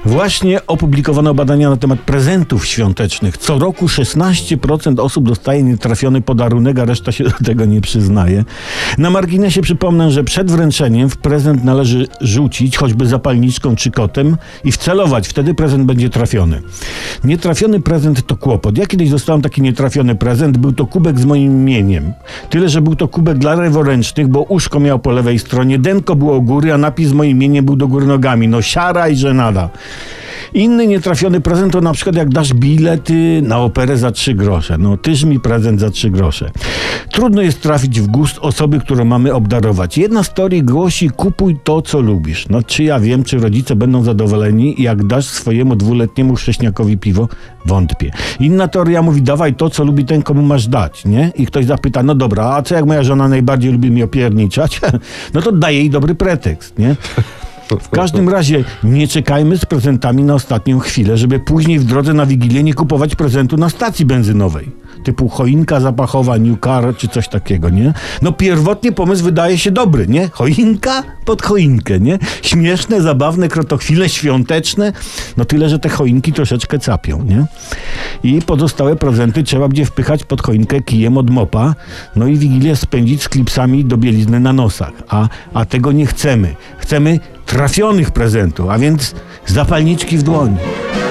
Właśnie opublikowano badania na temat prezentów świątecznych. Co roku 16% osób dostaje nietrafiony podarunek, a reszta się do tego nie przyznaje. Na marginesie przypomnę, że przed wręczeniem w prezent należy rzucić choćby zapalniczką czy kotem i wcelować, wtedy prezent będzie trafiony. Nietrafiony prezent to kłopot. Ja kiedyś dostałem taki nietrafiony prezent, był to kubek z moim imieniem. Tyle, że był to kubek dla leworęcznych, bo uszko miał po lewej stronie, denko było u góry, a napis z moim imieniem był do góry nogami. No siara i żenada. Inny nietrafiony prezent to na przykład jak dasz bilety na operę za 3 grosze. No tyż mi prezent za 3 grosze. Trudno jest trafić w gust osoby, którą mamy obdarować. Jedna z teorii głosi: kupuj to, co lubisz. No czy ja wiem, czy rodzice będą zadowoleni, jak dasz swojemu 2-letniemu chrześniakowi piwo? Wątpię. Inna teoria mówi: dawaj to, co lubi ten, komu masz dać, nie? I ktoś zapyta: no dobra, a co jak moja żona najbardziej lubi mnie opierniczać? No to daje jej dobry pretekst, nie? W każdym razie nie czekajmy z prezentami na ostatnią chwilę, żeby później w drodze na Wigilię nie kupować prezentu na stacji benzynowej. Typu choinka zapachowa, new car czy coś takiego, nie? No pierwotnie pomysł wydaje się dobry, nie? Choinka pod choinkę, nie? Śmieszne, zabawne, krotochwile, świąteczne. No tyle, że te choinki troszeczkę capią, nie? I pozostałe prezenty trzeba będzie wpychać pod choinkę kijem od mopa. No i Wigilię spędzić z klipsami do bielizny na nosach. A tego nie chcemy. Chcemy trafionych prezentów, a więc zapalniczki w dłoni.